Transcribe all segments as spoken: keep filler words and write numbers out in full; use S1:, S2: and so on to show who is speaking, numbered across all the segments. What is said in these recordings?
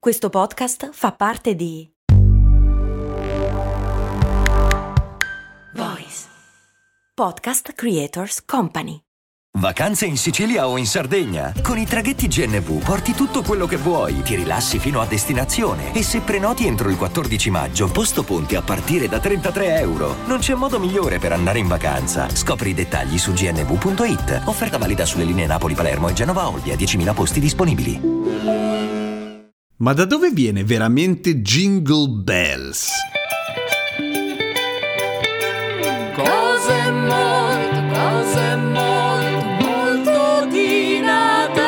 S1: Questo podcast fa parte di Voice Podcast Creators Company.
S2: Vacanze in Sicilia o in Sardegna? Con i traghetti G N V porti tutto quello che vuoi, ti rilassi fino a destinazione e se prenoti entro il quattordici maggio, posto ponti a partire da trentatré euro. Non c'è modo migliore per andare in vacanza. Scopri i dettagli su g n v punto i t. Offerta valida sulle linee Napoli-Palermo e Genova-Olbia, diecimila posti disponibili.
S3: Ma da dove viene veramente Jingle Bells?
S4: Cose molto, cose molto, molto di Natale.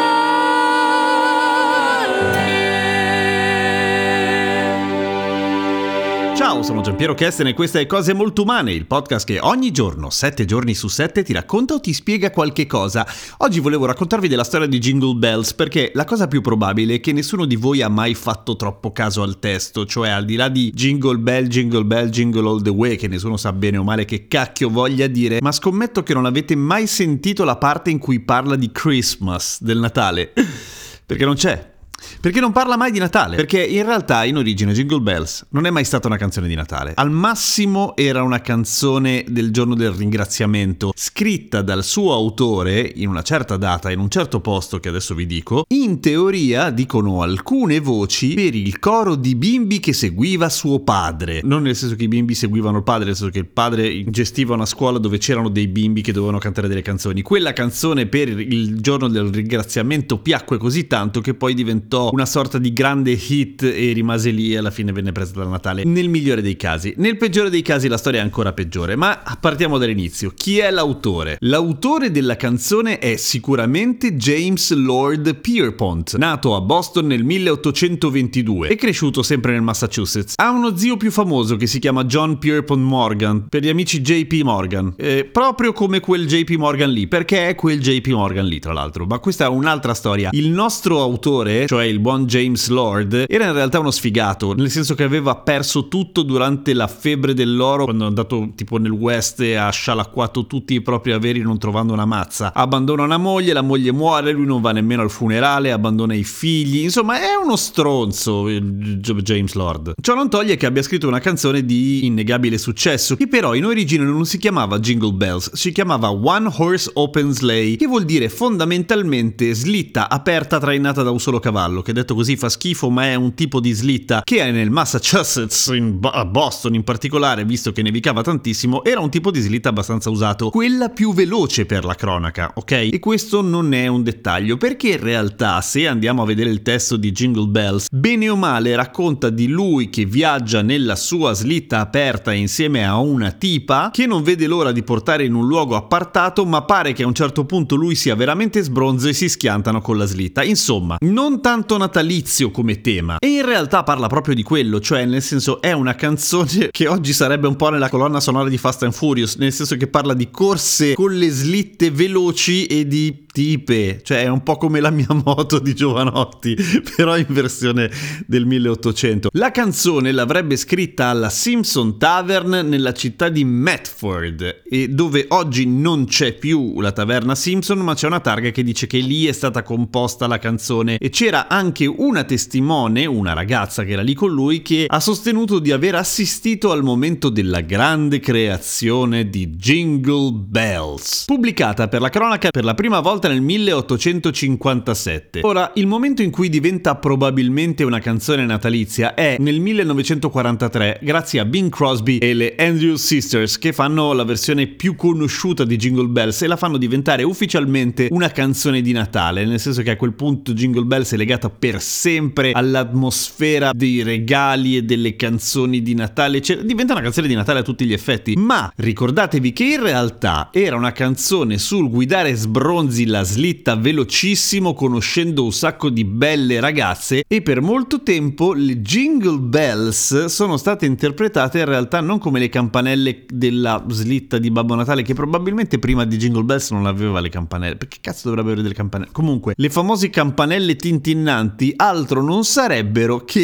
S3: Ciao, sono Giampiero Kesten e questa è Cose Molto Umane, il podcast che ogni giorno, sette giorni su sette, ti racconta o ti spiega qualche cosa. Oggi volevo raccontarvi della storia di Jingle Bells perché la cosa più probabile è che nessuno di voi ha mai fatto troppo caso al testo, cioè al di là di Jingle Bell, Jingle Bell, Jingle All the Way, che nessuno sa bene o male che cacchio voglia dire, ma scommetto che non avete mai sentito la parte in cui parla di Christmas, del Natale, perché non c'è. Perché non parla mai di Natale? Perché in realtà in origine Jingle Bells non è mai stata una canzone di Natale. Al massimo era una canzone del giorno del ringraziamento, scritta dal suo autore in una certa data, in un certo posto che adesso vi dico. In teoria, dicono alcune voci, per il coro di bimbi che seguiva suo padre. Non nel senso che i bimbi seguivano il padre, nel senso che il padre gestiva una scuola dove c'erano dei bimbi che dovevano cantare delle canzoni. Quella canzone per il giorno del ringraziamento piacque così tanto che poi diventò una sorta di grande hit e rimase lì e alla fine venne presa dal Natale, nel migliore dei casi. Nel peggiore dei casi la storia è ancora peggiore, ma partiamo dall'inizio. Chi è l'autore? L'autore della canzone è sicuramente James Lord Pierpont, nato a Boston nel milleottocentoventidue e cresciuto sempre nel Massachusetts. Ha uno zio più famoso che si chiama John Pierpont Morgan, per gli amici J P Morgan, eh, proprio come quel J P Morgan lì, perché è quel J P Morgan lì tra l'altro, ma questa è un'altra storia. Il nostro autore, cioè il buon James Lord, era in realtà uno sfigato, nel senso che aveva perso tutto durante la febbre dell'oro, quando è andato tipo nel West e ha scialacquato tutti i propri averi non trovando una mazza. Abbandona una moglie, la moglie muore, lui non va nemmeno al funerale, abbandona i figli, insomma è uno stronzo James Lord. Ciò non toglie che abbia scritto una canzone di innegabile successo, che però in origine non si chiamava Jingle Bells, si chiamava One Horse Open Sleigh, che vuol dire fondamentalmente slitta aperta trainata da un solo cavallo, che detto così fa schifo, ma è un tipo di slitta che è nel Massachusetts, in Bo- a Boston in particolare, visto che nevicava tantissimo, era un tipo di slitta abbastanza usato, quella più veloce per la cronaca, ok? E questo non è un dettaglio, perché in realtà se andiamo a vedere il testo di Jingle Bells, bene o male racconta di lui che viaggia nella sua slitta aperta insieme a una tipa che non vede l'ora di portare in un luogo appartato, ma pare che a un certo punto lui sia veramente sbronzo e si schiantano con la slitta. Insomma, non tanto natalizio come tema, e in realtà parla proprio di quello, cioè nel senso è una canzone che oggi sarebbe un po' nella colonna sonora di Fast and Furious, nel senso che parla di corse con le slitte veloci e di tipe, cioè è un po' come la mia moto di Giovanotti, però in versione del milleottocento. La canzone l'avrebbe scritta alla Simpson Tavern nella città di Medford, e dove oggi non c'è più la taverna Simpson, ma c'è una targa che dice che lì è stata composta la canzone, e c'era anche una testimone, una ragazza che era lì con lui, che ha sostenuto di aver assistito al momento della grande creazione di Jingle Bells, pubblicata per la cronaca per la prima volta nel milleottocentocinquantasette. Ora, il momento in cui diventa probabilmente una canzone natalizia è nel millenovecentoquarantatré, grazie a Bing Crosby e le Andrews Sisters, che fanno la versione più conosciuta di Jingle Bells e la fanno diventare ufficialmente una canzone di Natale, nel senso che a quel punto Jingle Bells è legata per sempre all'atmosfera dei regali e delle canzoni di Natale, cioè, diventa una canzone di Natale a tutti gli effetti. Ma ricordatevi che in realtà era una canzone sul guidare sbronzi la slitta velocissimo conoscendo un sacco di belle ragazze, e per molto tempo le Jingle Bells sono state interpretate in realtà non come le campanelle della slitta di Babbo Natale, che probabilmente prima di Jingle Bells non aveva le campanelle, perché cazzo dovrebbe avere delle campanelle? Comunque le famose campanelle tintinnanti altro non sarebbero che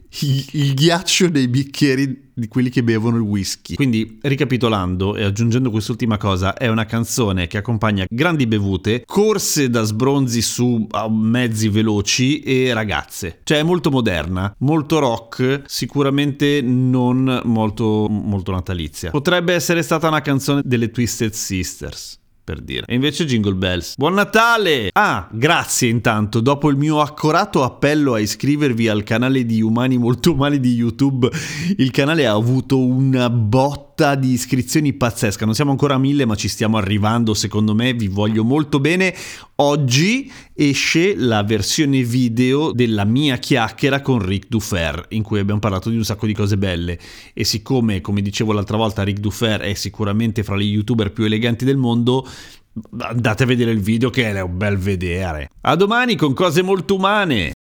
S3: il, il ghiaccio dei bicchieri di quelli che bevono il whisky. Quindi, ricapitolando e aggiungendo quest'ultima cosa, è una canzone che accompagna grandi bevute, corse da sbronzi su mezzi veloci e ragazze. Cioè è molto moderna, molto rock, sicuramente non molto, molto natalizia. Potrebbe essere stata una canzone delle Twisted Sisters, per dire. E invece Jingle Bells. Buon Natale! Ah, grazie intanto. Dopo il mio accorato appello a iscrivervi al canale di Umani Molto Umani di YouTube, il canale ha avuto una botta di iscrizioni pazzesca. Non siamo ancora a mille, ma ci stiamo arrivando, secondo me. Vi voglio molto bene. Oggi esce la versione video della mia chiacchiera con Ric Dufer, in cui abbiamo parlato di un sacco di cose belle. E siccome, come dicevo l'altra volta, Ric Dufer è sicuramente fra gli youtuber più eleganti del mondo, andate a vedere il video che è un bel vedere. A domani con cose molto umane.